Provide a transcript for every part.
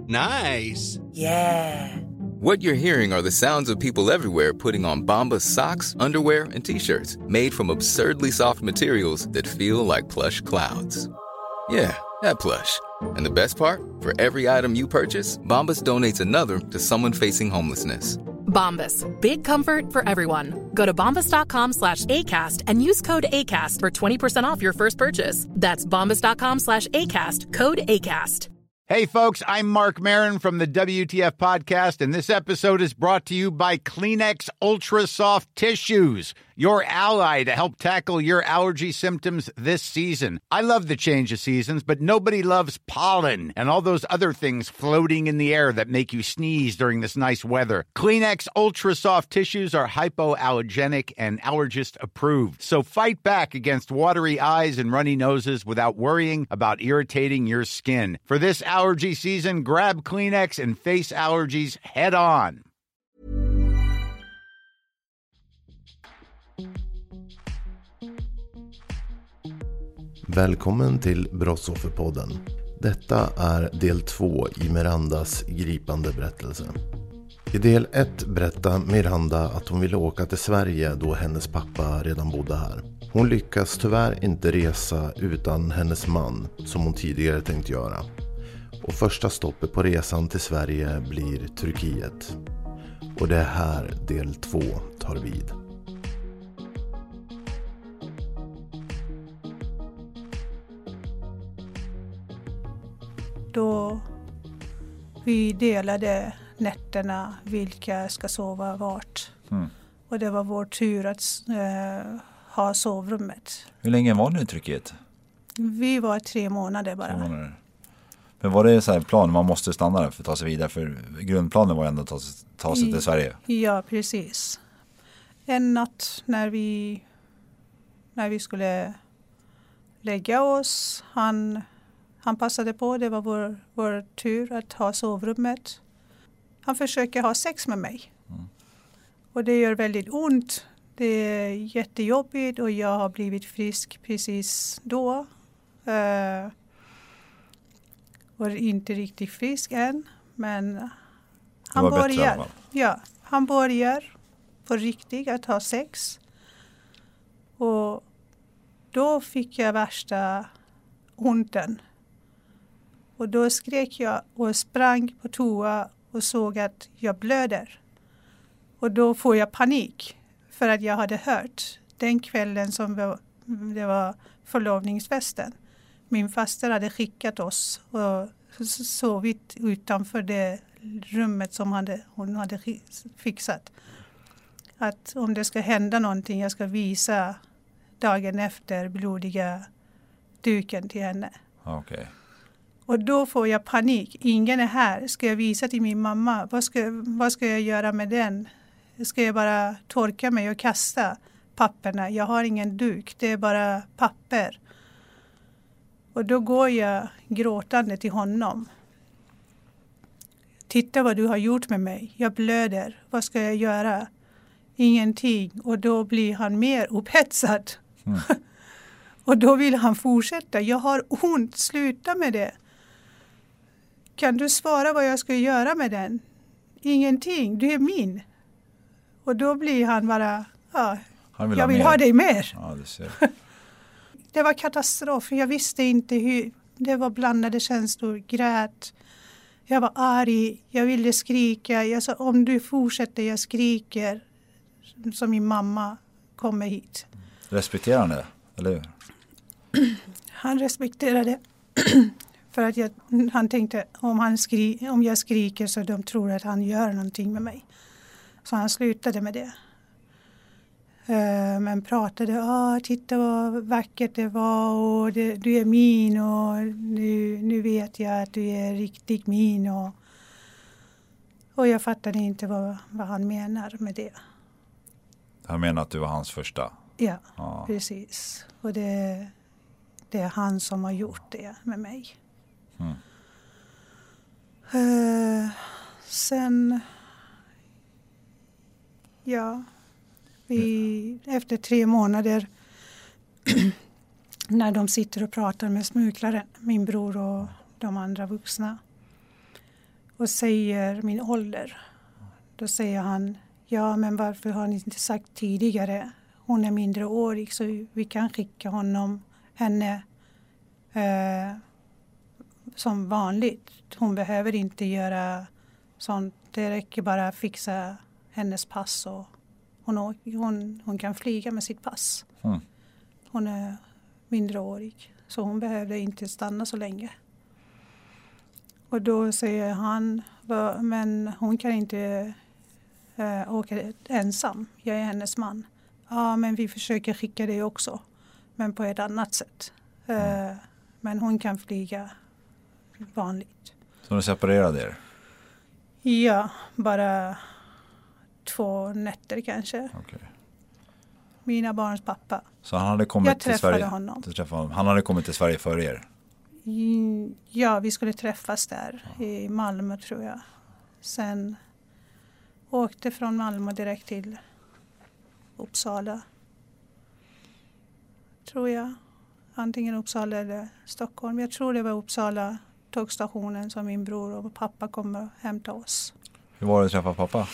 Nice. Yeah. What you're hearing are the sounds of people everywhere putting on Bombas socks, underwear, and T-shirts made from absurdly soft materials that feel like plush clouds. Yeah, that plush. And the best part? For every item you purchase, Bombas donates another to someone facing homelessness. Bombas. Big comfort for everyone. Go to bombas.com/ACAST and use code ACAST for 20% off your first purchase. That's bombas.com/ACAST. Code ACAST. Hey, folks, I'm Mark Maron from the WTF Podcast, and this episode is brought to you by Kleenex Ultra Soft Tissues, your ally to help tackle your allergy symptoms this season. I love the change of seasons, but nobody loves pollen and all those other things floating in the air that make you sneeze during this nice weather. Kleenex Ultra Soft Tissues are hypoallergenic and allergist approved, so fight back against watery eyes and runny noses without worrying about irritating your skin. For this allergy season, grab Kleenex and face allergies head on. Välkommen till Brottsofferpodden. Detta är del 2 i Mirandas gripande berättelse. I del 1 berättar Miranda att hon ville åka till Sverige då hennes pappa redan bodde här. Hon lyckas tyvärr inte resa utan hennes man som hon tidigare tänkt göra. Och första stoppet på resan till Sverige blir Turkiet. Och det är här del 2 tar vid. Då vi delade nätterna vilka ska sova vart. Och det var vår tur att ha sovrummet. Hur länge var ni i Turkiet? Vi var 3 månader bara. 3 månader. Men var det så här plan man måste stanna där för att ta sig vidare? För grundplanen var ändå att ta sig till Sverige. Ja, precis. En natt när vi skulle lägga oss, han passade på, det var vår tur att ha sovrummet. Han försöker ha sex med mig. Och det gör väldigt ont. Det är jättejobbigt och jag har blivit frisk precis då. Var inte riktigt frisk än, men han börjar. Ja, han börjar på riktigt att ha sex. Och då fick jag värsta onten. Och då skrek jag och sprang på toa och såg att jag blöder. Och då får jag panik för att jag hade hört den kvällen som det var förlovningsfesten. Min faster hade skickat oss och sovit utanför det rummet som hon hade fixat. Att om det ska hända någonting, jag ska visa dagen efter blodiga duken till henne. Okay. Och då får jag panik. Ingen är här. Ska jag visa till min mamma? Vad ska jag göra med den? Ska jag bara torka mig och kasta papperna? Jag har ingen duk. Det är bara papper. Och då går jag gråtande till honom. Titta vad du har gjort med mig. Jag blöder. Vad ska jag göra? Ingenting. Och då blir han mer upphetsad. Och då vill han fortsätta. Jag har ont. Sluta med det. Kan du svara vad jag ska göra med den? Ingenting. Du är min. Och då blir han bara... Ja, jag vill ha dig mer. Ja, det ser. Det var katastrof. Jag visste inte hur... Det var blandade känslor. Grät. Jag var arg. Jag ville skrika. Jag sa, om du fortsätter, jag skriker. Så min mamma kommer hit. Respekterar han det? Eller hur? Han respekterade. För att han tänkte, om jag skriker så de tror att han gör någonting med mig. Så han slutade med det. Men pratade, titta vad vackert det var och du är min och nu vet jag att du är riktigt min. Och jag fattade inte vad han menar med det. Han menar att du var hans första? Ja, precis. Och det är han som har gjort det med mig. Sen... Ja... Efter 3 månader när de sitter och pratar med smugglaren, min bror och de andra vuxna. och säger min ålder. Då säger han, ja men varför har ni inte sagt tidigare? Hon är mindreårig så vi kan skicka henne som vanligt. Hon behöver inte göra sånt. Det räcker bara att fixa hennes pass och hon kan flyga med sitt pass. Mm. Hon är mindreårig så hon behövde inte stanna så länge. Och då säger han, men hon kan inte åka ensam. Jag är hennes man. Ja, men vi försöker skicka det också. Men på ett annat sätt. Men hon kan flyga vanligt. Så ni separerade er? Ja, bara 2 nätter kanske. Okay. Mina barns pappa. Så han hade kommit till Sverige? Honom. Han hade kommit till Sverige före er? Ja, vi skulle träffas där i Malmö tror jag. Sen åkte från Malmö direkt till Uppsala. Tror jag. Antingen Uppsala eller Stockholm. Jag tror det var Uppsala tågstationen som min bror och pappa kommer hämta oss. Hur var det att träffa pappa?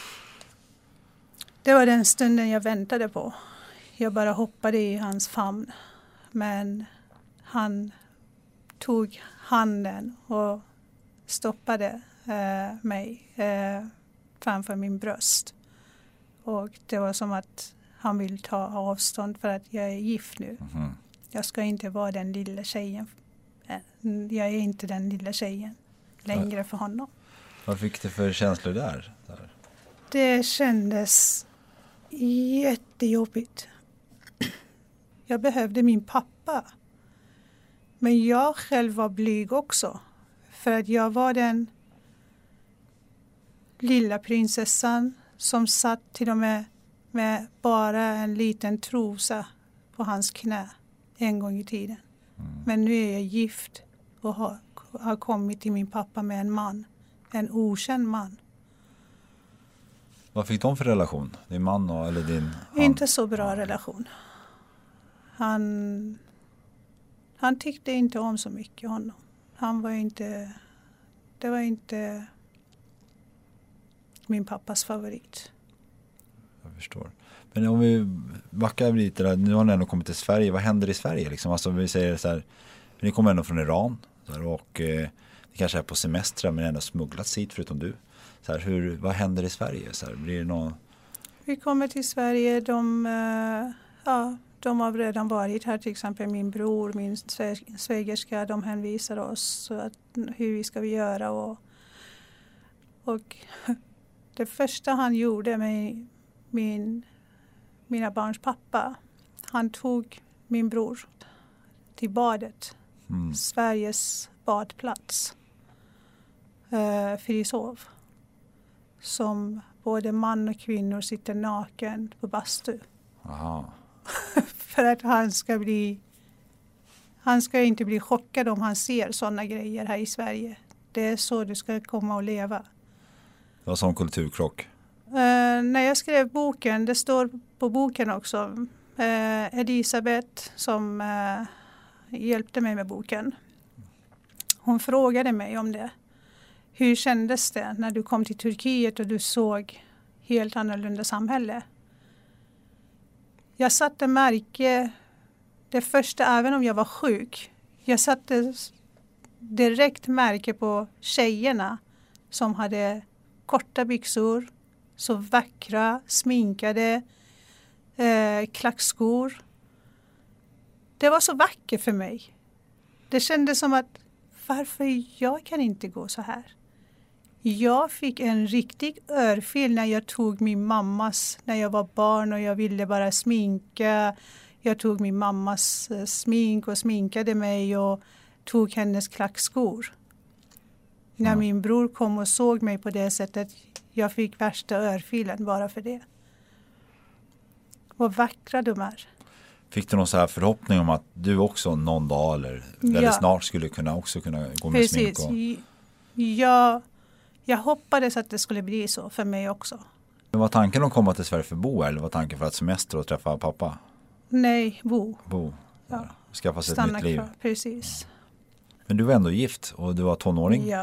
Det var den stunden jag väntade på. Jag bara hoppade i hans famn. Men han tog handen och stoppade mig framför min bröst. Och det var som att han vill ta avstånd för att jag är gift nu. Mm. Jag ska inte vara den lilla tjejen. Jag är inte den lilla tjejen längre för honom. Vad fick det för känslor där? Det kändes jättejobbigt. Jag behövde min pappa. Men jag själv var blyg också. För att jag var den lilla prinsessan som satt till och med bara en liten trosa på hans knä en gång i tiden. Mm. Men nu är jag gift och har kommit till min pappa med en man. En okänd man. Vad fick de för relation? Din man eller din... Inte så bra relation. Han tyckte inte om så mycket honom. Det var inte min pappas favorit. Jag förstår. Men om vi backar lite där, nu har ni ändå kommit till Sverige. Vad händer i Sverige? Liksom? Alltså vi säger så här, ni kommer ändå från Iran och ni kanske är på semester men ändå smugglats hit förutom du. Så här, vad händer i Sverige? Så här, blir det någon... Vi kommer till Sverige, de har redan varit här, till exempel min bror, min svägerska, de hänvisar oss så att, hur vi ska göra och det första han gjorde med mina barns pappa, han tog min bror till badet, Sveriges badplats, Fyrishov, som både man och kvinnor sitter naken på bastu. Aha. För att han ska inte bli chockad om han ser sådana grejer här i Sverige. Det är så du ska komma och leva. Det var sån kulturkrock. När jag skrev boken, det står på boken också, Elisabeth som hjälpte mig med boken. Hon frågade mig om det. Hur kändes det när du kom till Turkiet och du såg helt annorlunda samhälle? Jag satte märke, det första, även om jag var sjuk, jag satte direkt märke på tjejerna som hade korta byxor, så vackra, sminkade, klackskor. Det var så vackert för mig. Det kändes som att, varför jag kan inte gå så här? Jag fick en riktig örfil när jag tog min mammas, när jag var barn och jag ville bara sminka. Jag tog min mammas smink och sminkade mig och tog hennes klackskor. När min bror kom och såg mig på det sättet, jag fick värsta örfilen bara för det. Vad vackra de är. Fick du någon så här förhoppning om att du också någon dag eller väldigt snart skulle kunna gå med smink? Jag hoppades att det skulle bli så för mig också. Men var tanken att komma till Sverige för att bo eller var tanken för att semester och träffa pappa? Nej, bo. Skaffa sig ett nytt liv. Kvar. Precis. Men du var ändå gift och du var tonåring. Ja.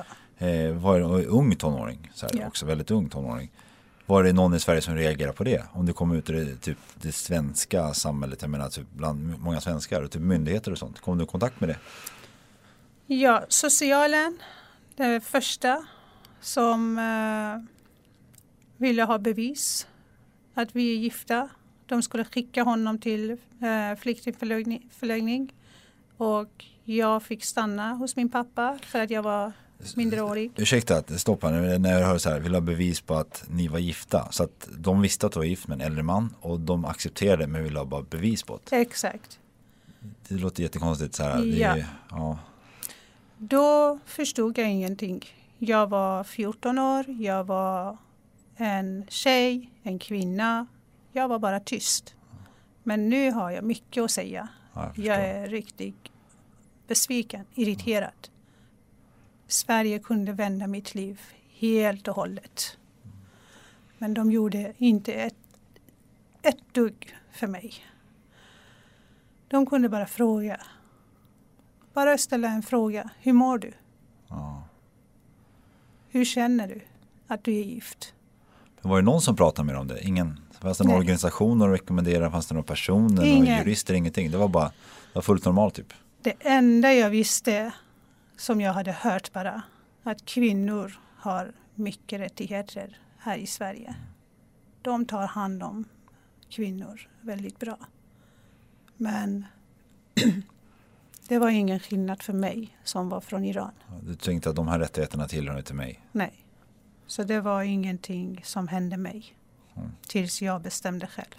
var en ung tonåring, så här, också väldigt ung tonåring. Var det någon i Sverige som reagerade på det? Om du kom ut i typ det svenska samhället, jag menar typ bland många svenskar och typ myndigheter och sånt. Kom du i kontakt med det? Ja, socialen, det första som ville ha bevis att vi är gifta. De skulle skicka honom till flyktingförläggning och jag fick stanna hos min pappa för att jag var minderårig. Ursäkta att stoppa när jag hör så här, vill ha bevis på att ni var gifta. Så att de visste att du var gift med en äldre man och de accepterade men ville ha bara bevis på det. Exakt. Det låter jättekonstigt så här. Ja. Då förstod jag ingenting. Jag var 14 år, jag var en tjej, en kvinna. Jag var bara tyst. Men nu har jag mycket att säga. Jag är riktigt besviken, irriterad. Sverige kunde vända mitt liv helt och hållet. Men de gjorde inte ett dugg för mig. De kunde bara fråga. Bara ställa en fråga. Hur mår du? Ja. Hur känner du att du är gift? Men var det någon som pratade med om det? Ingen? Fanns det någon organisation att rekommendera? Fanns det några personer? Några jurister? Ingenting. Det var fullt normalt typ. Det enda jag visste, som jag hade hört bara, att kvinnor har mycket rättigheter här i Sverige. De tar hand om kvinnor väldigt bra. Men det var ingen skillnad för mig som var från Iran. Du tänkte att de här rättigheterna tillhör inte mig? Nej. Så det var ingenting som hände mig. Tills jag bestämde själv.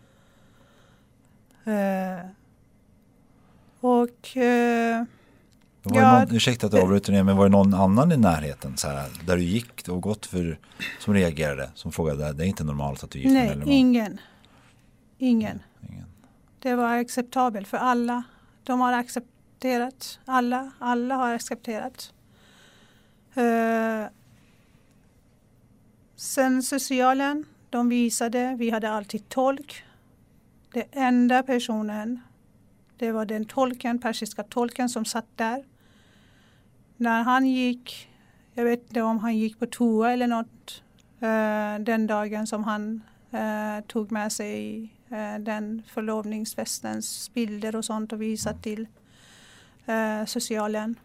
Ursäkta att jag avbryter ner, men var det någon annan i närheten så här, där du gick och gått för, som reagerade, som frågade, det är inte normalt att du är gift med? Nej, ingen. Det var acceptabelt för alla. De har accepterat, alla har accepterat. Sen socialen, de visade, vi hade alltid tolk. Det enda personen, det var den tolken, persiska tolken som satt där. När han gick, jag vet inte om han gick på toa eller något, den dagen som han tog med sig den förlovningsfestens bilder och sånt och visade till socialen.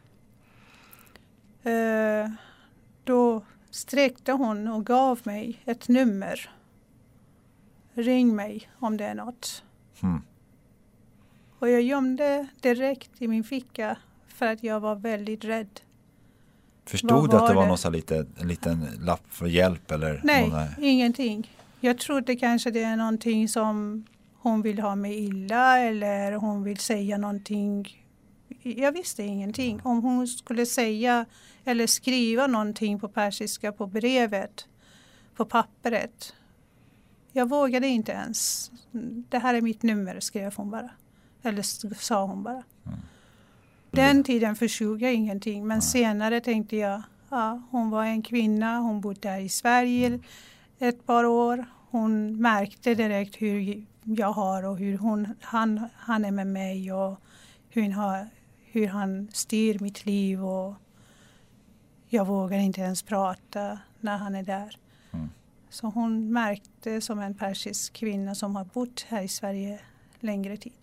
Då sträckte hon och gav mig ett nummer. Ring mig om det är något. Och jag gömde direkt i min ficka för att jag var väldigt rädd. Förstod du att det var en liten lapp för hjälp? Eller Nej, ingenting. Jag trodde kanske det är någonting som hon vill ha mig illa eller hon vill säga någonting. Jag visste ingenting. Om hon skulle säga eller skriva någonting på persiska på brevet, på pappret. Jag vågade inte ens. Det här är mitt nummer, skrev hon bara. Eller sa hon bara. Den tiden förstod jag ingenting. Men senare tänkte jag, hon var en kvinna. Hon bodde här i Sverige ett par år. Hon märkte direkt hur jag har och hur han är med mig. Och hur han styr mitt liv. Och jag vågar inte ens prata när han är där. Så hon märkte som en persisk kvinna som har bott här i Sverige längre tid.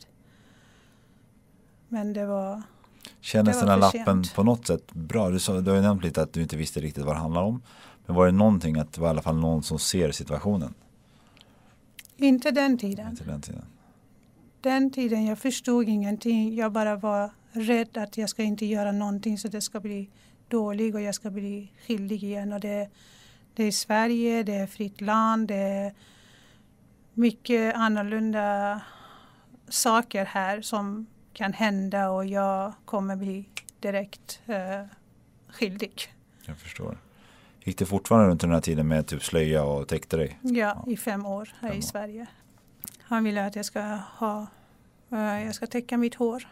Men det var... Kändes den här lappen på något sätt bra? Du har ju nämnt lite att du inte visste riktigt vad det handlar om. Men var det någonting att det var i alla fall någon som ser situationen? Inte den tiden. Inte den tiden. Den tiden jag förstod ingenting. Jag bara var rädd att jag ska inte göra någonting så det ska bli dåligt och jag ska bli skyldig igen. Och det är Sverige, det är fritt land, det är mycket annorlunda saker här som kan hända och jag kommer bli direkt skyldig. Jag förstår. Gick det fortfarande runt den här tiden med typ slöja och täckte dig? Ja, i 5 år här i Sverige. Han ville att jag ska täcka mitt hår.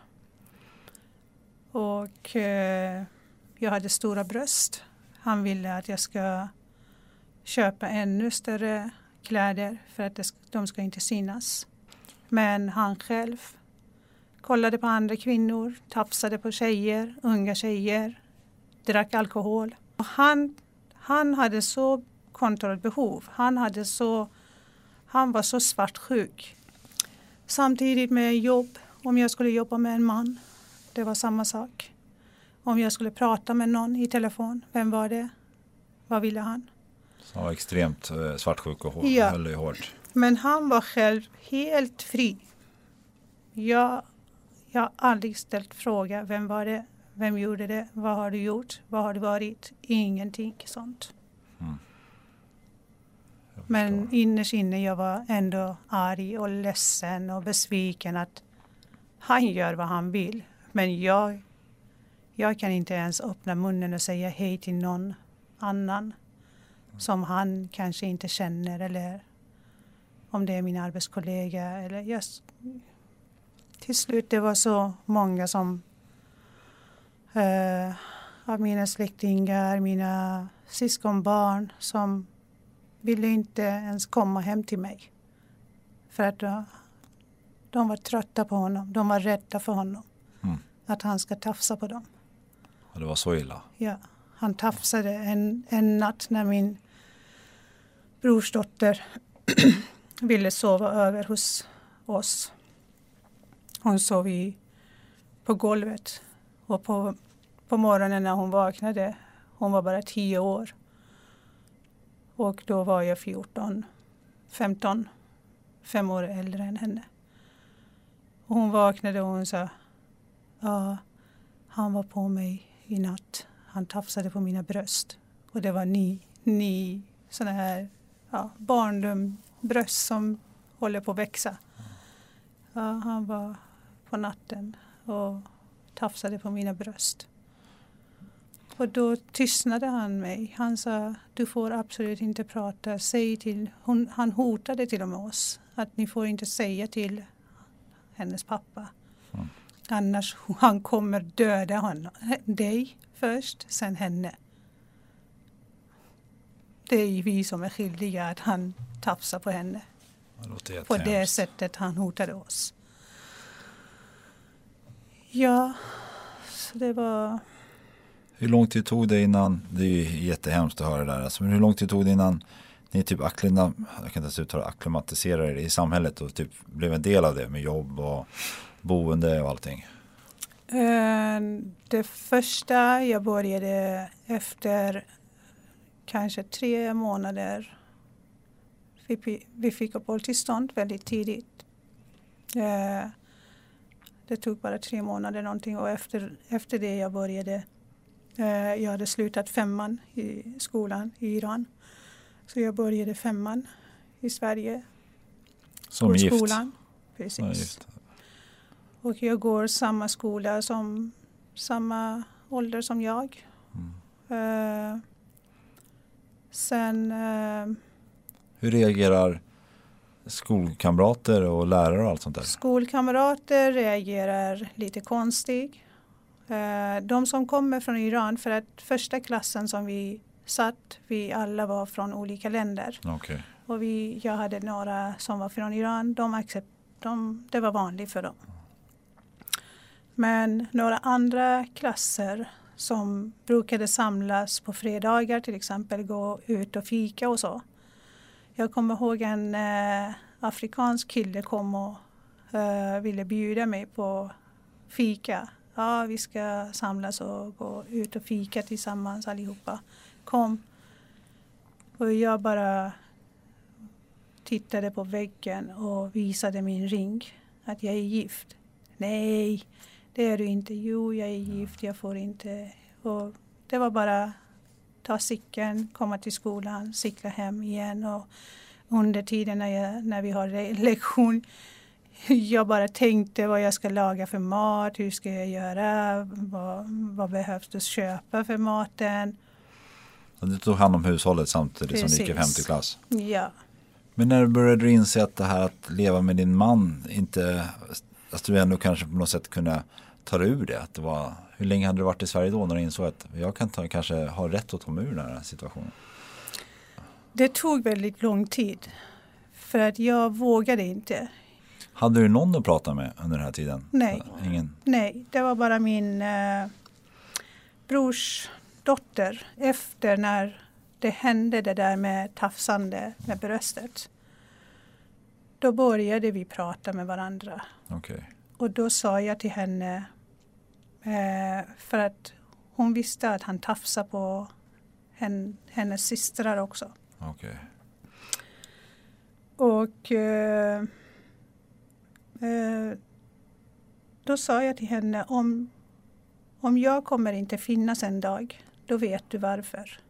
Och jag hade stora bröst. Han ville att jag ska köpa ännu större kläder för att de ska inte synas. Men han själv kollade på andra kvinnor, tafsade på tjejer, unga tjejer, drack alkohol. Han hade så kontrollbehov. Han var så svartsjuk. Samtidigt med jobb. Om jag skulle jobba med en man, det var samma sak. Om jag skulle prata med någon i telefon, vem var det? Vad ville han? Så han var extremt svartsjuk och höll det hårt. Men han var själv helt fri. Jag har aldrig ställt fråga, vem var det? Vem gjorde det? Vad har du gjort? Vad har du varit? Ingenting sånt. Men innerst inne jag var ändå arg och ledsen och besviken att han gör vad han vill. Men jag kan inte ens öppna munnen och säga hej till någon annan som han kanske inte känner, eller om det är min arbetskollega. Eller till slut det var så många som av mina släktingar, mina syskonbarn som ville inte ens komma hem till mig. För att de var trötta på honom. De var rädda för honom. Att han ska tafsa på dem. Och det var så illa? Ja, han tafsade en natt när min brorsdotter ville sova över hos oss. Hon sov på golvet. Och på morgonen när hon vaknade, hon var bara 10 år. Och då var jag 15 år äldre än henne. Och hon vaknade och hon sa, ja, han var på mig i natt. Han tafsade på mina bröst. Och det var ni såna här barndomsbröst som håller på att växa. Ja, han var på natten och tafsade på mina bröst. Och då tystnade han mig. Han sa, du får absolut inte prata. Säg till, han hotade till och med oss att ni får inte säga till hennes pappa. Annars han kommer döda dig först, sen henne. Det är vi som är skyldiga att han tafsar på henne. På det sättet han hotade oss. Ja, så det var... Hur lång tid tog det innan, det är ju jättehemskt att höra det där, alltså, men hur lång tid tog det innan ni typ akklimatiserade er i samhället och typ blev en del av det med jobb och boende och allting? Det första jag började efter kanske 3 månader. Vi fick uppehållstillstånd väldigt tidigt. Det tog bara 3 månader någonting, och efter det jag började, jag hade slutat 5:an i skolan i Iran. Så jag började 5:an i Sverige. Som gift? Skolan. Precis. Ja, gift. Och jag går samma skola som samma ålder som jag. Sen... Hur reagerar skolkamrater och lärare och allt sånt där? Skolkamrater reagerar lite konstigt. De som kommer från Iran, för att första klassen som vi satt, vi alla var från olika länder. Okay. Och jag hade några som var från Iran, det var vanligt för dem. Men några andra klasser som brukade samlas på fredagar, till exempel gå ut och fika och så. Jag kommer ihåg en afrikansk kille kom och ville bjuda mig på fika. Ja, vi ska samlas och gå ut och fika tillsammans allihopa. Kom. Och jag bara tittade på väggen och visade min ring. Att jag är gift. Nej, det är du inte. Jo, jag är gift. Jag får inte. Och det var bara ta cykeln, komma till skolan, cykla hem igen. Och under tiden när vi har lektion, jag bara tänkte vad jag ska laga för mat, hur ska jag göra, vad behövs det köpa för maten. Och du tog hand om hushållet samtidigt Precis. Som du gick i 50 klass? Ja. Men när började du inse att det här att leva med din man inte, att du ändå kanske på något sätt kunde ta dig ur det? Att det var, hur länge hade du varit i Sverige då när du insåg att jag kan kanske ha rätt att ta mig ur den här situationen? Det tog väldigt lång tid. För att jag vågade inte. Hade du någon att prata med under den här tiden? Nej. Ingen? Nej, det var bara min brors dotter efter när det hände det där med tafsande med bröstet. Då började vi prata med varandra. Okay. Och då sa jag till henne, för att hon visste att han tafsade på hennes systrar också. Okay. Och då sa jag till henne, om jag kommer inte finnas en dag, då vet du varför.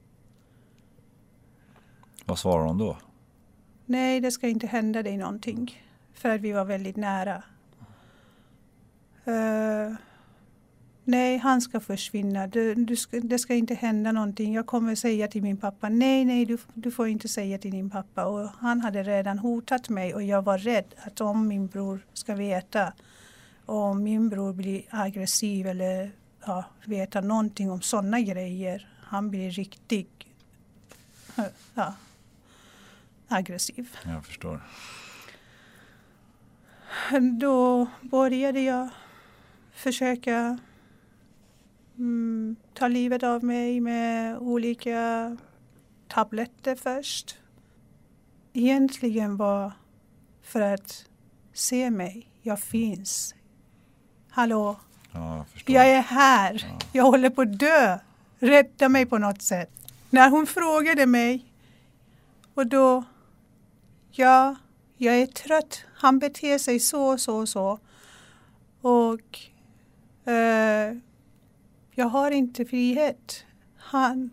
Vad svarar hon då? Nej, det ska inte hända dig någonting. För att vi var väldigt nära. Nej, han ska försvinna. Det ska inte hända någonting. Jag kommer säga till min pappa. Nej, du får inte säga till din pappa. Och han hade redan hotat mig. Och jag var rädd att om min bror ska veta. Och om min bror blir aggressiv eller veta någonting om sådana grejer. Han blir riktigt aggressiv. Jag förstår. Då började jag försöka ta livet av mig med olika tabletter först. Egentligen var för att se mig. Jag finns. Hallå? Ja, jag är här. Ja. Jag håller på att dö. Rädda mig på något sätt. När hon frågade mig och då, jag är trött. Han beter sig så. Och jag har inte frihet. Han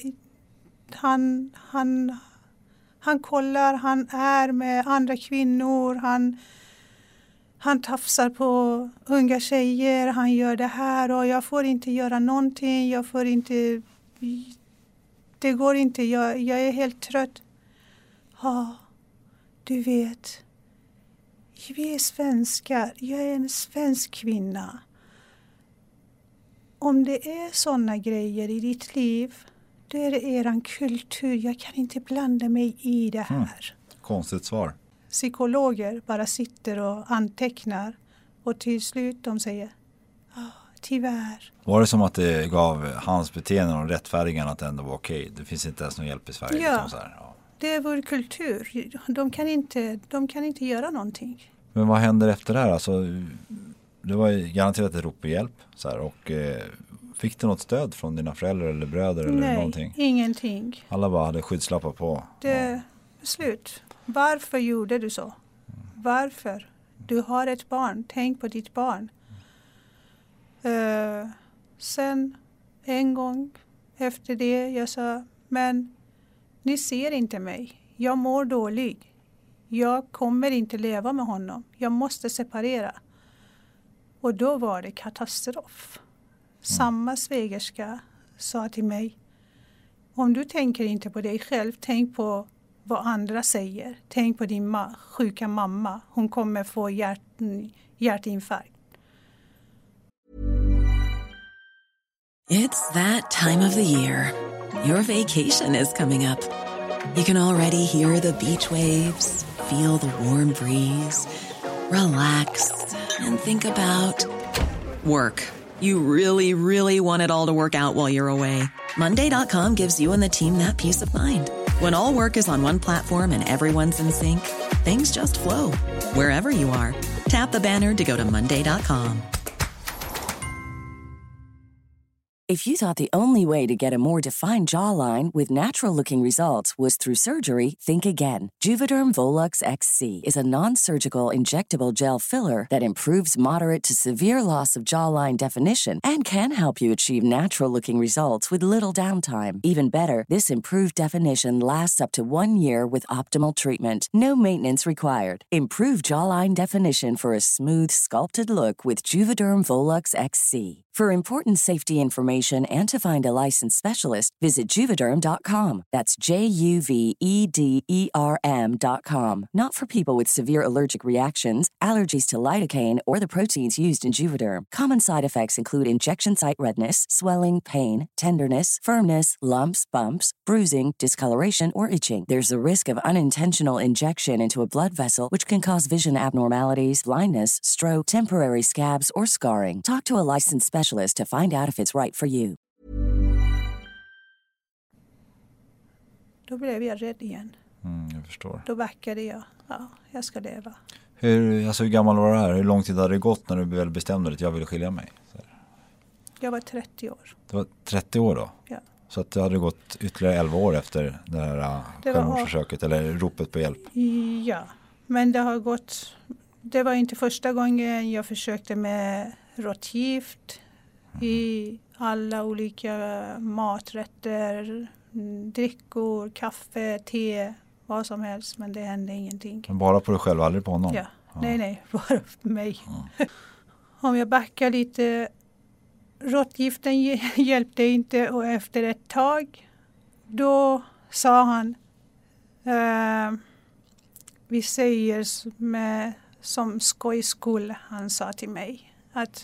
kollar, han är med andra kvinnor. Han tafsar på unga tjejer. Han gör det här och jag får inte göra någonting. Jag får inte... Det går inte. Jag är helt trött. Ja, du vet. Vi är svenskar. Jag är en svensk kvinna. Om det är sådana grejer i ditt liv, då är det eran kultur. Jag kan inte blanda mig i det här. Konstigt svar. Psykologer bara sitter och antecknar. Och till slut de säger, tyvärr. Var det som att det gav hans beteende och rättfärdigen att det ändå var okej? Det finns inte ens någon hjälp i Sverige. Ja, liksom så här. Ja. Det är vår kultur. De kan inte göra någonting. Men vad händer efter det här? Alltså, det var ju garanterat ett rop på hjälp. Så här, och fick du något stöd från dina föräldrar eller bröder eller någonting? Nej, ingenting. Alla bara hade skyddslappar på. Det är slut. Varför gjorde du så? Varför? Du har ett barn. Tänk på ditt barn. Sen en gång efter det jag sa, men ni ser inte mig. Jag mår dåligt. Jag kommer inte leva med honom. Jag måste separera. Och då var det katastrof. Samma svägerska sa till mig, om du tänker inte på dig själv, tänk på vad andra säger. Tänk på din sjuka mamma. Hon kommer få hjärtinfarkt. It's that time of the year. Your vacation is coming up. You can already hear the beach waves, feel the warm breeze, relax and think about work. You really, really want it all to work out while you're away. Monday.com gives you and the team that peace of mind. When all work is on one platform and everyone's in sync, things just flow. Wherever you are, tap the banner to go to Monday.com. If you thought the only way to get a more defined jawline with natural-looking results was through surgery, think again. Juvederm Volux XC is a non-surgical injectable gel filler that improves moderate to severe loss of jawline definition and can help you achieve natural-looking results with little downtime. Even better, this improved definition lasts up to 1 year with optimal treatment. No maintenance required. Improve jawline definition for a smooth, sculpted look with Juvederm Volux XC. For important safety information and to find a licensed specialist, visit Juvederm.com. That's JUVEDERM.com. Not for people with severe allergic reactions, allergies to lidocaine, or the proteins used in Juvederm. Common side effects include injection site redness, swelling, pain, tenderness, firmness, lumps, bumps, bruising, discoloration, or itching. There's a risk of unintentional injection into a blood vessel, which can cause vision abnormalities, blindness, stroke, temporary scabs, or scarring. Talk to a licensed specialist to find out if it's right for you. Då blev jag rädd igen. Jag förstår. Då backade jag. Ja, jag ska leva. Hur gammal var du här? Hur lång tid hade det gått när du väl bestämde dig att jag ville skilja mig? Jag var 30 år. Det var 30 år då? Ja. Så att det hade gått ytterligare 11 år efter det här självmordsförsöket eller ropet på hjälp? Ja, men det har gått... Det var inte första gången jag försökte med råttgift i alla olika maträtter, drickor, kaffe, te, vad som helst. Men det hände ingenting. Men bara på dig själv, aldrig på honom? Ja. Nej, bara på mig. Om jag backar lite... Råttgiften hjälpte inte och efter ett tag då sa han vi säger som skojskull, han sa till mig att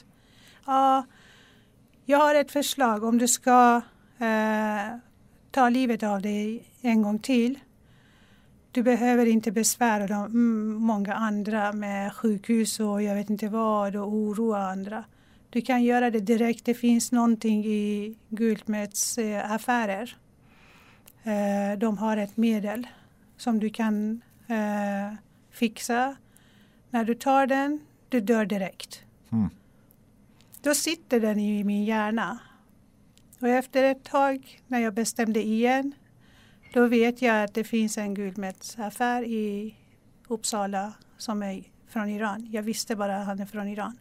jag har ett förslag om du ska ta livet av dig en gång till. Du behöver inte besvära många andra med sjukhus och jag vet inte vad och oroa andra. Du kan göra det direkt. Det finns någonting i Gultmets affärer. De har ett medel som du kan fixa. När du tar den, du dör direkt. Då sitter den i min hjärna. Och efter ett tag, när jag bestämde igen, då vet jag att det finns en Gultmets affär i Uppsala som är från Iran. Jag visste bara att han är från Iran.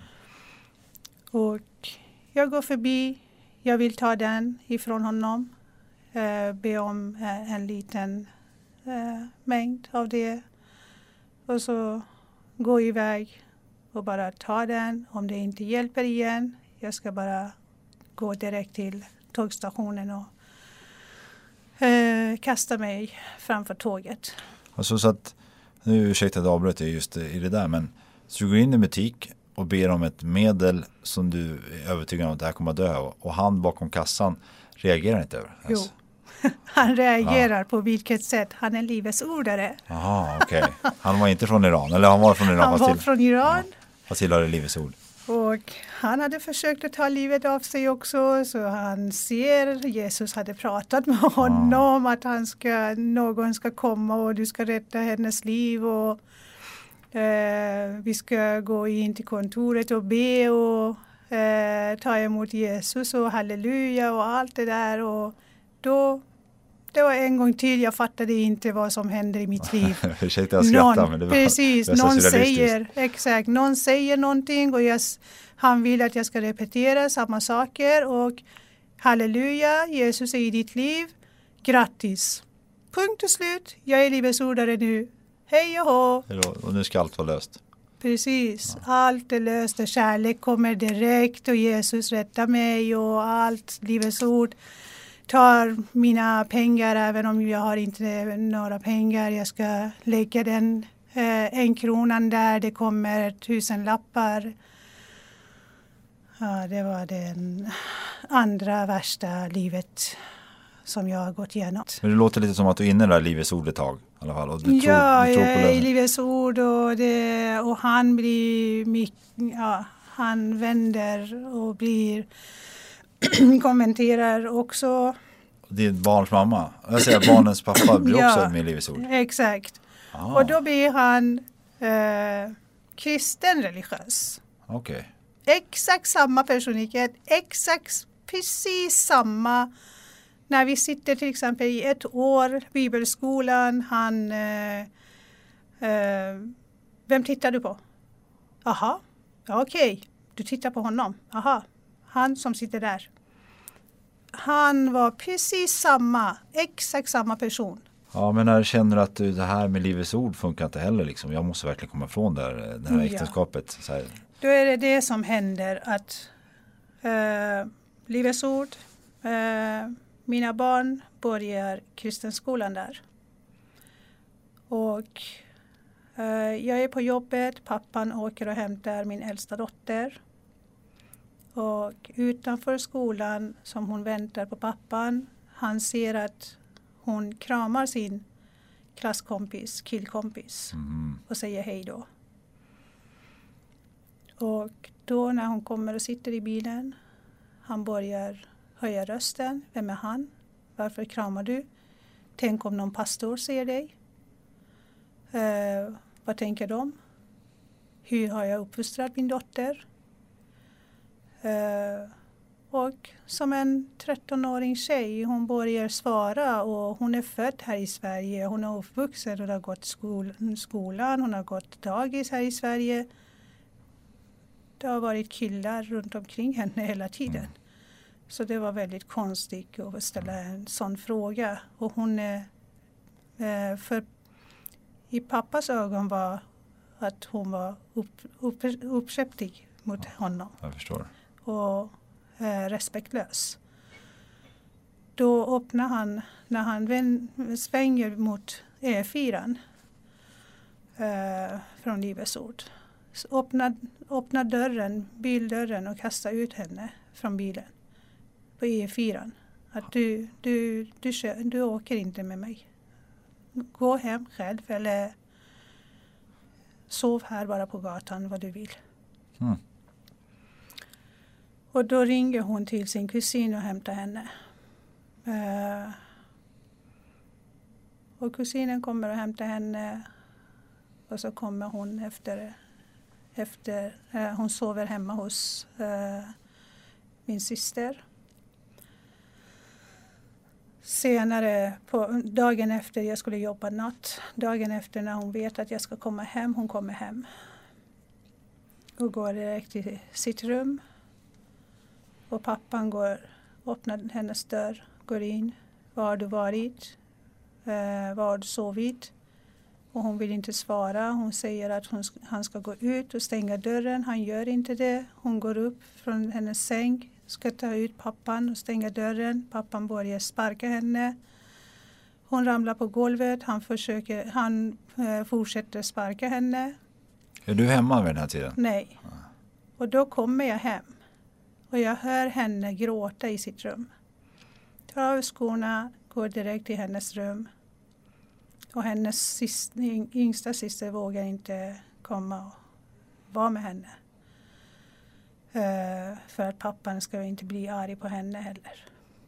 Och jag går förbi, jag vill ta den ifrån honom, be om en liten mängd av det och så gå iväg och bara ta den. Om det inte hjälper igen, jag ska bara gå direkt till tågstationen och kasta mig framför tåget. Alltså så att, nu ursäkta att jag avbröt just i det där, men så du går in i butik och ber om ett medel som du är övertygad om att det här kommer att dö och han bakom kassan reagerar inte över? Jo, han reagerar på vilket sätt. Han är Livets ordare. Jaha, okej. Han var inte från Iran, eller han var från Iran? Han var från Iran. Vad tillhörde Livets ord? Och han hade försökt att ta livet av sig också, så han ser, Jesus hade pratat med honom att någon ska komma och du ska rädda hennes liv och vi ska gå in till kontoret och be och ta emot Jesus och halleluja och allt det där. Och då, det var en gång till jag fattade inte vad som händer i mitt liv. Ursäkta, jag skrattar, men det var precis, någon säger någonting och han vill att jag ska repetera samma saker och halleluja, Jesus är i ditt liv, grattis. Punkt och slut, jag är Livets ordare nu. Hej och hå. Och nu ska allt vara löst. Precis, allt är löst och kärlek kommer direkt och Jesus rättar mig och allt, Livets ord tar mina pengar även om jag har inte några pengar. Jag ska lägga den 1 kronan där, det kommer 1000 lappar. Ja, det var den andra värsta livet som jag har gått igenom. Men det låter lite som att du är inne där Livets ord ett tag i alla fall. Och du tror jag är i Livets ord och han blir han vänder och blir kommenterar också. Din barns mamma? Jag säger barnens pappa blir också med Livets ord. Exakt. Och då blir han kristen religiös. Okej. Exakt samma personlighet, exakt precis samma. När vi sitter till exempel i 1 år, bibelskolan, han, vem tittar du på? Aha, okej, du tittar på honom. Aha, han som sitter där. Han var precis samma, exakt samma person. Ja, men när känner du att det här med Livets ord funkar inte heller liksom? Jag måste verkligen komma ifrån det här äktenskapet. Så här. Då är det som händer att Livets ord, mina barn börjar kristenskolan där. Och jag är på jobbet, pappan åker och hämtar min äldsta dotter. Och utanför skolan som hon väntar på pappan, han ser att hon kramar sin klasskompis, killkompis och säger hej då. Och då när hon kommer och sitter i bilen, han börjar höja rösten. Vem är han? Varför kramar du? Tänk om någon pastor ser dig. Vad tänker de? Hur har jag uppfostrat min dotter? Och som en 13-åring tjej, hon börjar svara och hon är född här i Sverige. Hon är uppvuxen, hon har gått skolan, hon har gått dagis här i Sverige. Det har varit killar runt omkring henne hela tiden. Så det var väldigt konstigt att ställa en sån fråga. Och hon är, för i pappas ögon var att hon var uppkäftig mot honom. Jag förstår. Och respektlös. Då öppnar han, när han svänger mot E4 från Livets Ord. Öppnar dörren, bildörren och kastar ut henne från bilen på E4. Att du åker inte med mig. Gå hem själv eller sov här bara på gatan vad du vill. Och då ringer hon till sin kusin och hämtar henne. Och kusinen kommer och hämtar henne. Och så kommer hon efter hon sover hemma hos min syster. Senare, dagen efter jag skulle jobba natt. Dagen efter när hon vet att jag ska komma hem, hon kommer hem. Och går direkt till sitt rum. Och pappan öppnar hennes dörr, går in. Var har du varit? Var har du sovit? Och hon vill inte svara. Hon säger att han ska gå ut och stänga dörren. Han gör inte det. Hon går upp från hennes säng. Ska ta ut pappan och stänga dörren. Pappan börjar sparka henne. Hon ramlar på golvet. Han fortsätter sparka henne. Är du hemma vid den här tiden? Nej. Och då kommer jag hem. Och jag hör henne gråta i sitt rum. Tar av skorna, går direkt till hennes rum. Och hennes yngsta syster vågar inte komma och vara med henne. För att pappan ska inte bli arg på henne heller.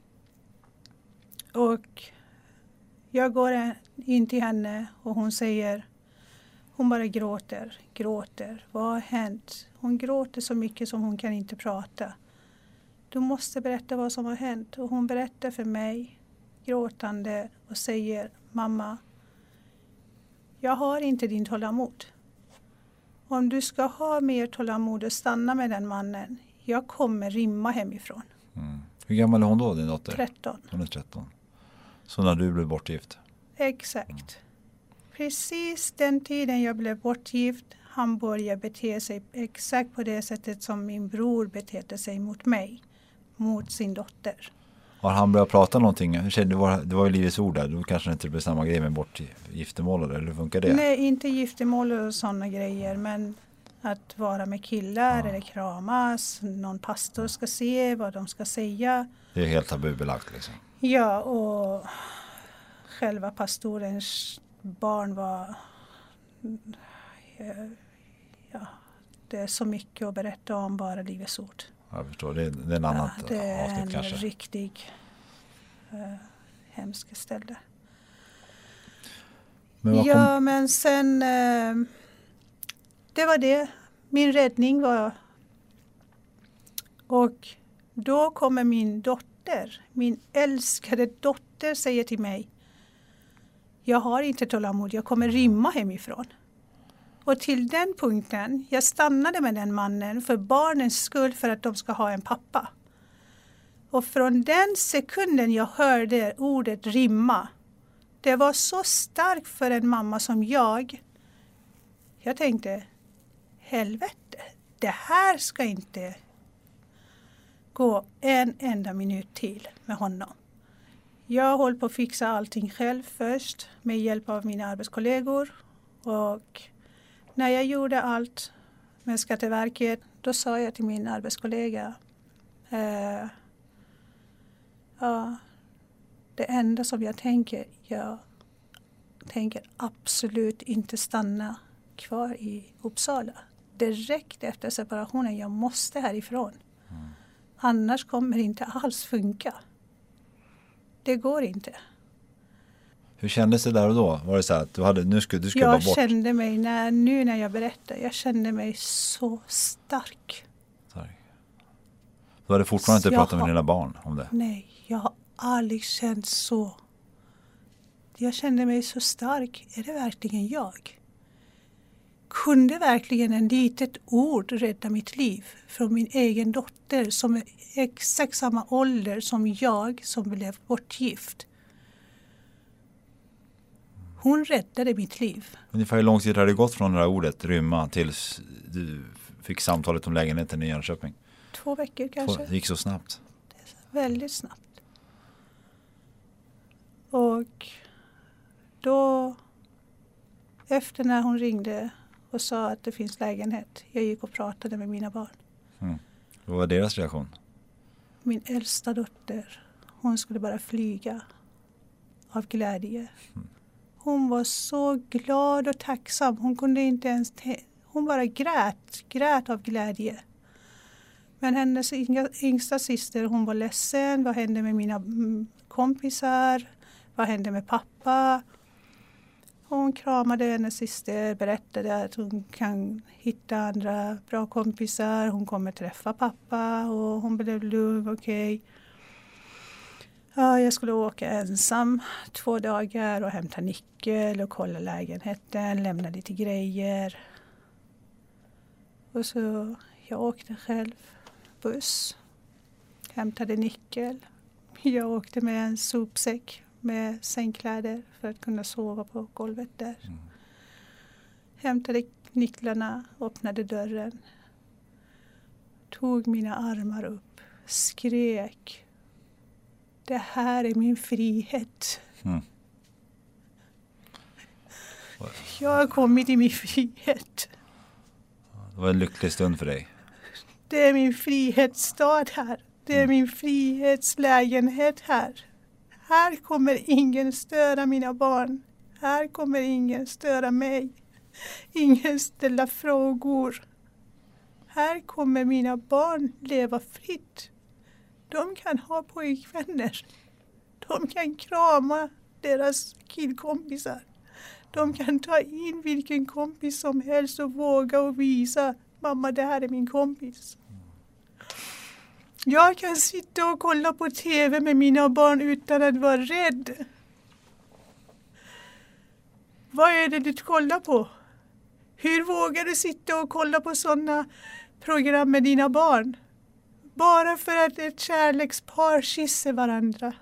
Och jag går in till henne och hon säger, hon bara gråter. Vad har hänt? Hon gråter så mycket som hon kan inte prata. Du måste berätta vad som har hänt. Och hon berättar för mig gråtande och säger, mamma, jag har inte din tålamod. Om du ska ha mer tålamod och stanna med den mannen, jag kommer rymma hemifrån. Hur gammal är hon då, din dotter? 13. Hon är 13. Så när du blev bortgift? Exakt. Precis den tiden jag blev bortgift, han började bete sig exakt på det sättet som min bror betedde sig mot mig. Mot sin dotter. Har han börjat prata någonting? Det var ju Livets Ord där. Då kanske det inte blir samma grej med bortgiftermål, eller hur funkar det? Nej, inte giftermål och sådana grejer. Men att vara med killar eller kramas. Någon pastor ska se vad de ska säga. Det är helt tabubelagt liksom. Ja, och själva pastorens barn var... Ja, det är så mycket att berätta om bara Livets Ord. Jag förstår, det är en annan avsnitt kanske. Det är en riktig hemsk ställe. Men sen det var det. Min räddning var. Och då kommer min dotter, min älskade dotter, säger till mig, jag har inte tålamod, jag kommer rymma hemifrån. Och till den punkten, jag stannade med den mannen för barnens skull, för att de ska ha en pappa. Och från den sekunden jag hörde ordet rymma, det var så starkt för en mamma som jag. Jag tänkte, helvete, det här ska inte gå en enda minut till med honom. Jag höll på att fixa allting själv först med hjälp av mina arbetskollegor. Och när jag gjorde allt med Skatteverket, då sa jag till min arbetskollega, det enda som jag tänker absolut inte stanna kvar i Uppsala. Direkt efter separationen, jag måste härifrån. Annars kommer det inte alls funka. Det går inte. Hur kändes det där och då? Var det så att du skulle jag vara bort? Jag kände mig, när jag berättar, jag kände mig så stark. Du hade fortfarande inte pratat med dina barn om det? Nej, jag har aldrig känt så. Jag kände mig så stark. Är det verkligen jag? Kunde verkligen en litet ord rädda mitt liv från min egen dotter som är exakt samma ålder som jag som blev bortgift? Hon räddade mitt liv. Ungefär hur lång tid hade det gått från det här ordet rymma tills du fick samtalet om lägenheten i Jönköping? 2 veckor kanske. Det gick så snabbt? Väldigt snabbt. Och då, efter när hon ringde och sa att det finns lägenhet, jag gick och pratade med mina barn. Vad var deras reaktion? Min äldsta dotter, hon skulle bara flyga av glädje. Hon var så glad och tacksam. Hon kunde inte ens... Hon bara grät av glädje. Men hennes yngsta syster, hon var ledsen. Vad hände med mina kompisar? Vad hände med pappa? Hon kramade hennes syster, berättade att hon kan hitta andra bra kompisar. Hon kommer träffa pappa och hon blev lugn, okej. Ja, jag skulle åka ensam 2 dagar och hämta nyckel och kolla lägenheten, lämna lite grejer. Och så jag åkte själv buss, hämtade nyckel. Jag åkte med en sopsäck med sängkläder för att kunna sova på golvet där. Hämtade nycklarna, öppnade dörren, tog mina armar upp, skrek. Det här är min frihet. Jag har kommit i min frihet. Det var en lycklig stund för dig. Det är min frihetsstad här. Det är min frihetslägenhet här. Här kommer ingen störa mina barn. Här kommer ingen störa mig. Ingen ställa frågor. Här kommer mina barn leva fritt. De kan ha pojkvänner. De kan krama deras killkompisar. De kan ta in vilken kompis som helst och våga och visa. Mamma, det här är min kompis. Jag kan sitta och kolla på tv med mina barn utan att vara rädd. Vad är det du kollar på? Hur vågar du sitta och kolla på sådana program med dina barn? Bara för att ett kärlekspar kysser varandra.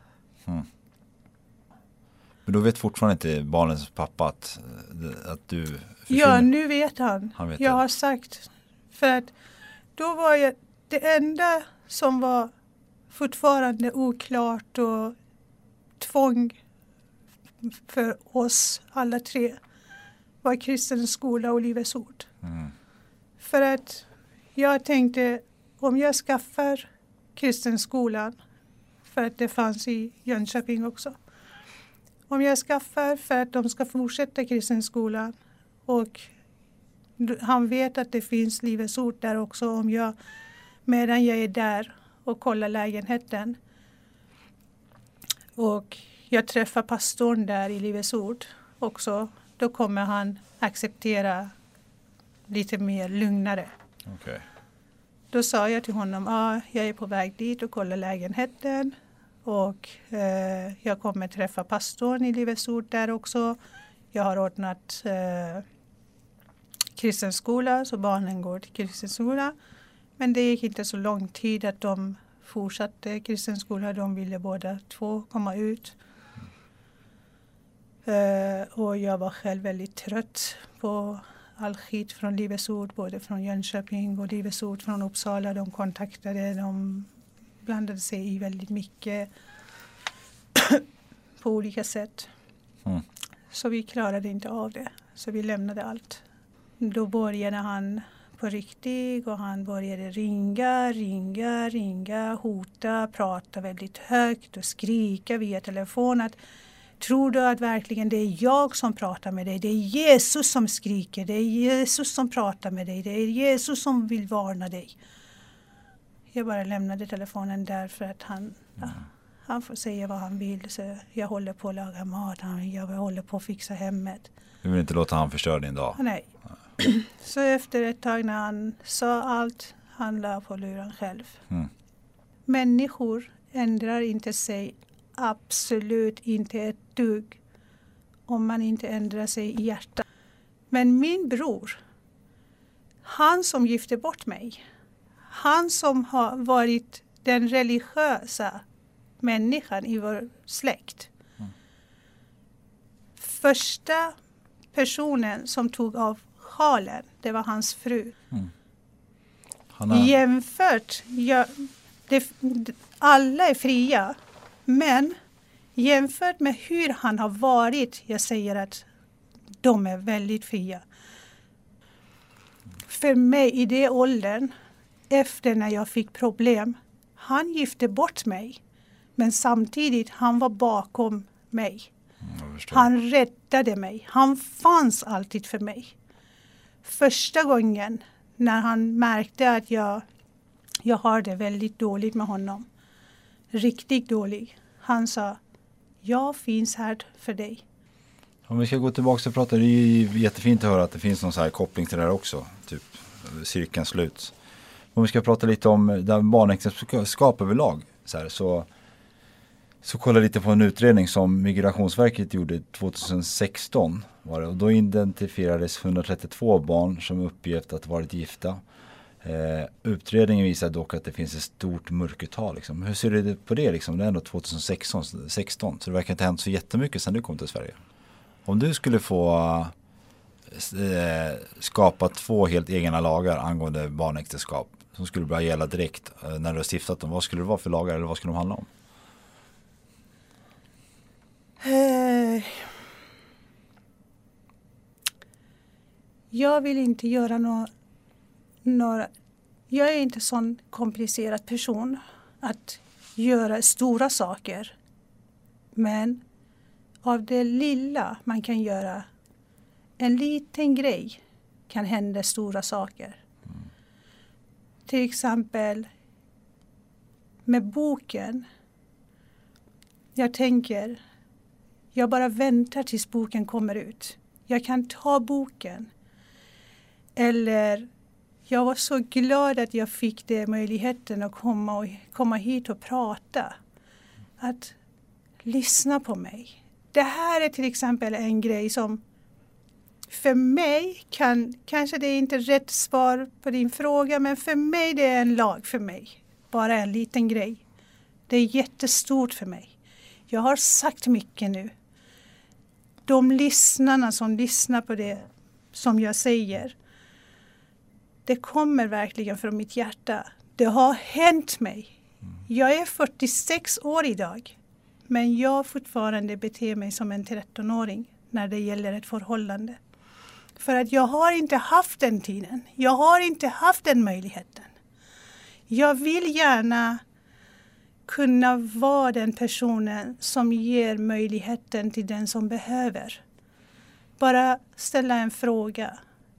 Men då vet fortfarande inte barnens pappa att du försvinner? Ja, nu vet han. Vet jag har sagt. För att då var jag det enda som var fortfarande oklart och tvång för oss alla 3 var kristen skola och Livets ord. För att jag tänkte, om jag skaffar kristen skolan, för att det fanns i Jönköping också. Om jag skaffar för att de ska fortsätta kristen skolan och han vet att det finns Livets ord där också, om jag medan jag är där och kollar lägenheten och jag träffar pastorn där i Livets ord också, då kommer han acceptera lite mer lugnare. Okay. Då sa jag till honom, jag är på väg dit och kollar lägenheten och jag kommer träffa pastorn i Livets ord där också. Jag har ordnat kristen skola så barnen går till kristen skola. Men det gick inte så lång tid att de fortsatte kristen skola. De ville båda 2 komma ut. Och jag var själv väldigt trött på all skit från Livets ord. Både från Jönköping och Livets ord från Uppsala. De kontaktade, de blandade sig i väldigt mycket på olika sätt. Så vi klarade inte av det. Så vi lämnade allt. Då började han på riktigt och han började ringa, hota, prata väldigt högt och skrika via telefon att tror du att verkligen det är jag som pratar med dig? Det är Jesus som skriker, det är Jesus som pratar med dig, det är Jesus som vill varna dig. Jag bara lämnade telefonen där för att Han får säga vad han vill. Så jag håller på att laga mat. Jag håller på att fixa hemmet. Du vill inte låta han förstöra din dag? Nej. Så efter ett tag när han sa allt, han la på luren själv. Människor ändrar inte sig absolut inte ett dugg om man inte ändrar sig i hjärtat. Men min bror, han som gifte bort mig, han som har varit den religiösa människan i vår släkt. Första personen som tog av sjalen, det var hans fru. Jämfört, alla är fria, men jämfört med hur han har varit, jag säger att de är väldigt fria. För mig i det åldern, efter när jag fick problem, han gifte bort mig. Men samtidigt, han var bakom mig. Han räddade mig. Han fanns alltid för mig. Första gången när han märkte att jag har det väldigt dåligt med honom. Riktigt dåligt. Han sa, jag finns här för dig. Om vi ska gå tillbaka och prata, det är ju jättefint att höra att det finns någon så här koppling till det här också. Typ cirkeln sluts. Om vi ska prata lite om barnäktenskap överlag så kolla lite på en utredning som Migrationsverket gjorde 2016 var det, och då identifierades 132 barn som uppgett att varit gifta. Utredningen visar dock att det finns ett stort mörkertal. Liksom. Hur ser du på det? Liksom? Det är ändå 2016 så det verkar inte ha hänt så jättemycket sedan du kom till Sverige. Om du skulle få skapa 2 helt egna lagar angående barnäktenskap som skulle börja gälla direkt när du har stiftat dem, vad skulle det vara för lagar eller vad skulle de handla om? Jag vill inte göra några. Jag är inte sån komplicerad person att göra stora saker. Men av det lilla man kan göra, en liten grej kan hända stora saker. Till exempel med boken. Jag tänker, jag bara väntar tills boken kommer ut. Jag kan ta boken. Eller jag var så glad att jag fick det möjligheten att komma hit och prata. Att lyssna på mig. Det här är till exempel en grej som för mig kanske det är inte rätt svar på din fråga, men för mig det är en lag för mig. Bara en liten grej. Det är jättestort för mig. Jag har sagt mycket nu. De lyssnarna som lyssnar på det som jag säger, det kommer verkligen från mitt hjärta. Det har hänt mig. Jag är 46 år idag. Men jag fortfarande beter mig som en 13-åring när det gäller ett förhållande. För att jag har inte haft den tiden. Jag har inte haft den möjligheten. Jag vill gärna kunna vara den personen som ger möjligheten till den som behöver. Bara ställa en fråga.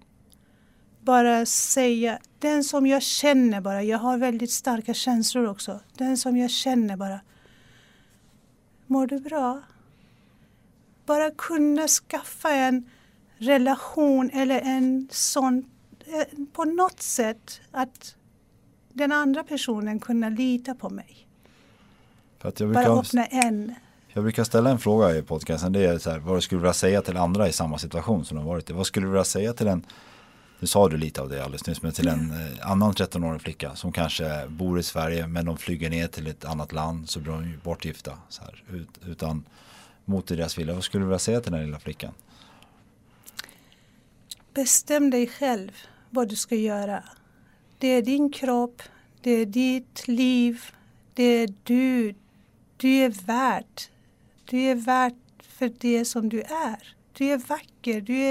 Bara säga, den som jag känner bara. Jag har väldigt starka känslor också. Den som jag känner bara. Mår du bra? Bara kunna skaffa en relation eller en sån på något sätt att den andra personen kunna lita på mig. För att bara öppna en. Jag brukar ställa en fråga i podcasten. Det är så här, vad du skulle vilja säga till andra i samma situation som de varit i. Vad skulle du vilja säga till en, nu sa du lite av det alldeles nyss, men till en annan 13-årig flicka som kanske bor i Sverige men de flyger ner till ett annat land så blir de ju bortgifta så här, utan mot deras vilja. Vad skulle du vilja säga till den lilla flickan? Bestäm dig själv vad du ska göra. Det är din kropp, det är ditt liv, det är du. Du är värd. Du är värd för det som du är. Du är vacker, du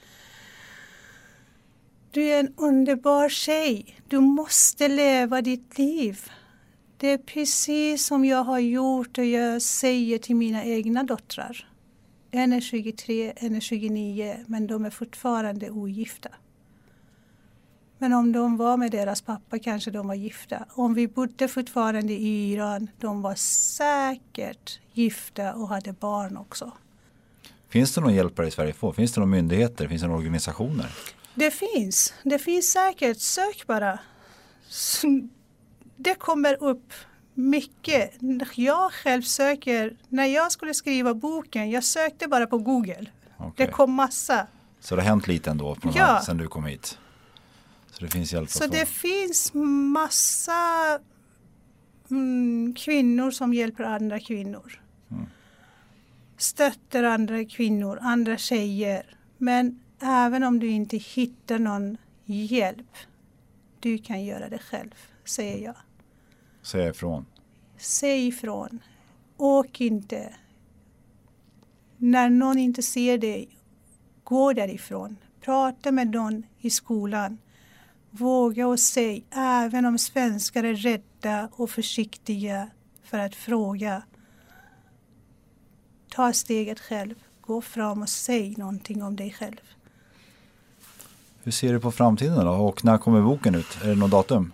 är en underbar tjej. Du måste leva ditt liv. Det är precis som jag har gjort och jag säger till mina egna döttrar. En är 23, en är 29, men de är fortfarande ogifta. Men om de var med deras pappa kanske de var gifta. Om vi bodde fortfarande i Iran, de var säkert gifta och hade barn också. Finns det någon hjälpare i Sverige? Finns det några myndigheter? Finns det några organisationer? Det finns säkert. Sök bara. Det kommer upp mycket. Jag själv söker. När jag skulle skriva boken, jag sökte bara på Google. Okay. Det kom massa. Så det har hänt lite ändå sen du kom hit? Så det finns hjälp. Så det finns massa kvinnor som hjälper andra kvinnor. Stöttar andra kvinnor, andra tjejer. Men även om du inte hittar någon hjälp, du kan göra det själv, säger jag. Säg ifrån. Säg ifrån. Åk inte. När någon inte ser dig, gå därifrån. Prata med någon i skolan. Våga och säg, även om svenskar är rädda och försiktiga för att fråga. Ta steget själv. Gå fram och säg någonting om dig själv. Hur ser du på framtiden då? Och när kommer boken ut? Är det något datum?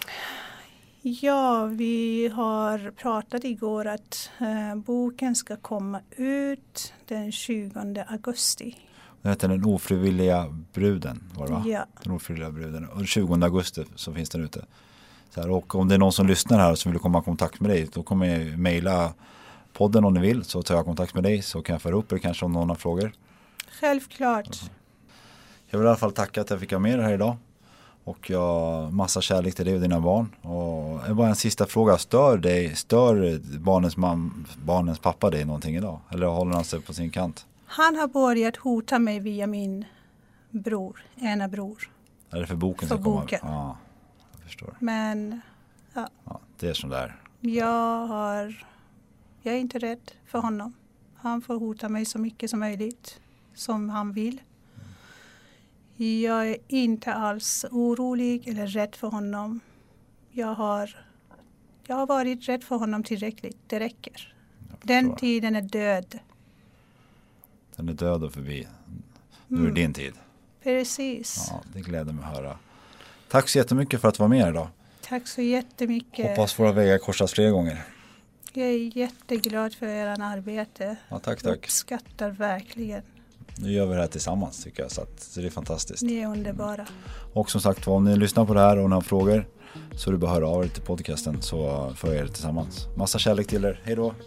Ja, vi har pratat igår att boken ska komma ut den 20 augusti. Det heter Den ofrivilliga bruden, var det va? Ja. Den ofrivilliga bruden. Och 20 augusti så finns den ute. Så här, och om det är någon som lyssnar här som vill komma i kontakt med dig, då kommer jag mejla podden om ni vill, så tar jag kontakt med dig så kan jag föra upp er kanske om någon har frågor. Självklart. Jag vill i alla fall tacka att jag fick vara med här idag. Och jag massa kärlek till dig och dina barn. Och bara en sista fråga. Stör barnens pappa dig någonting idag? Eller håller han sig på sin kant? Han har börjat hota mig via min ena bror. Är det för boken för som kommer? Boken. Ja, jag förstår. Men ja, det är som där. Jag är inte rädd för honom. Han får hota mig så mycket som möjligt. Som han vill. Jag är inte alls orolig eller rädd för honom. Jag har varit rädd för honom tillräckligt. Det räcker. Den tiden är död. Den är död och förbi. Nu är din tid. Precis. Ja, det gläder mig att höra. Tack så jättemycket för att du var med idag. Tack så jättemycket. Hoppas våra vägar korsas fler gånger. Jag är jätteglad för er arbete. Ja, tack. Uppskattar verkligen. Nu gör vi det här tillsammans tycker jag, så det är fantastiskt. Ni är underbara. Och som sagt, om ni lyssnar på det här och ni har frågor så är det bara att höra av er till podcasten så får jag er tillsammans. Massa kärlek till er. Hej då!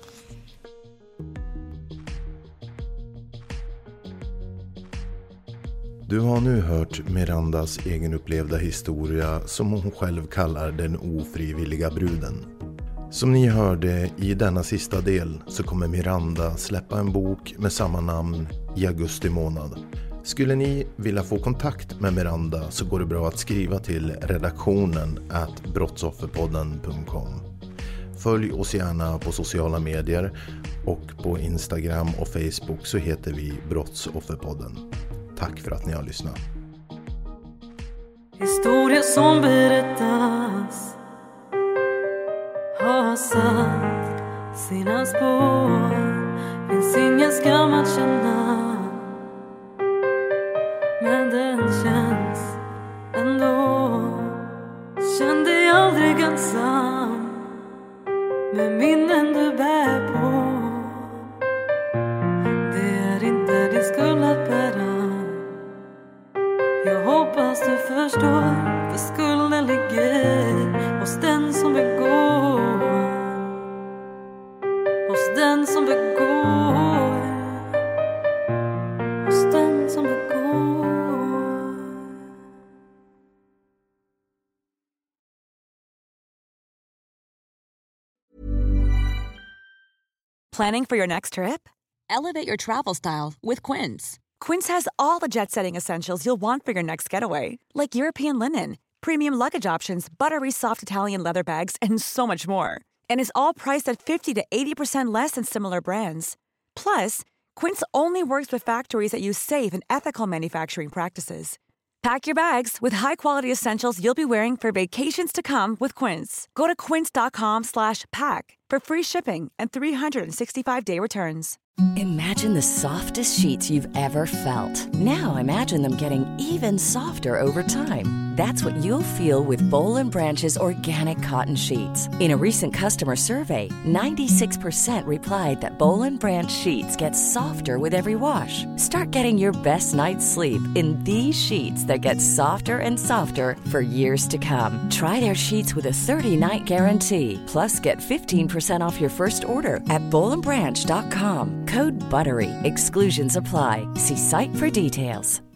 Du har nu hört Mirandas egenupplevda historia som hon själv kallar Den ofrivilliga bruden. Som ni hörde i denna sista del så kommer Miranda släppa en bok med samma namn i augusti månad. Skulle ni vilja få kontakt med Miranda så går det bra att skriva till redaktionen @brottsofferpodden.com. Följ oss gärna på sociala medier och på Instagram och Facebook så heter vi Brottsofferpodden. Tack för att ni har lyssnat. Historia som berättas har satt sina spår. Finns ingen skam att känna, men den känns ändå. Känn dig aldrig ensam med minnen du bär på. Det är inte din skuld att bära. Jag hoppas du förstår, för skulden ligger hos den som begår. Hos den som begår. Hos den som begår. Planning for your next trip? Elevate your travel style with Quince. Quince has all the jet-setting essentials you'll want for your next getaway, like European linen, premium luggage options, buttery soft Italian leather bags, and so much more. And is all priced at 50 to 80% less than similar brands. Plus, Quince only works with factories that use safe and ethical manufacturing practices. Pack your bags with high-quality essentials you'll be wearing for vacations to come with Quince. Go to quince.com/pack for free shipping and 365-day returns. Imagine the softest sheets you've ever felt. Now imagine them getting even softer over time. That's what you'll feel with Boll & Branch's organic cotton sheets. In a recent customer survey, 96% replied that Boll & Branch sheets get softer with every wash. Start getting your best night's sleep in these sheets that get softer and softer for years to come. Try their sheets with a 30-night guarantee. Plus, get 15% off your first order at bollandbranch.com. Code BUTTERY. Exclusions apply. See site for details.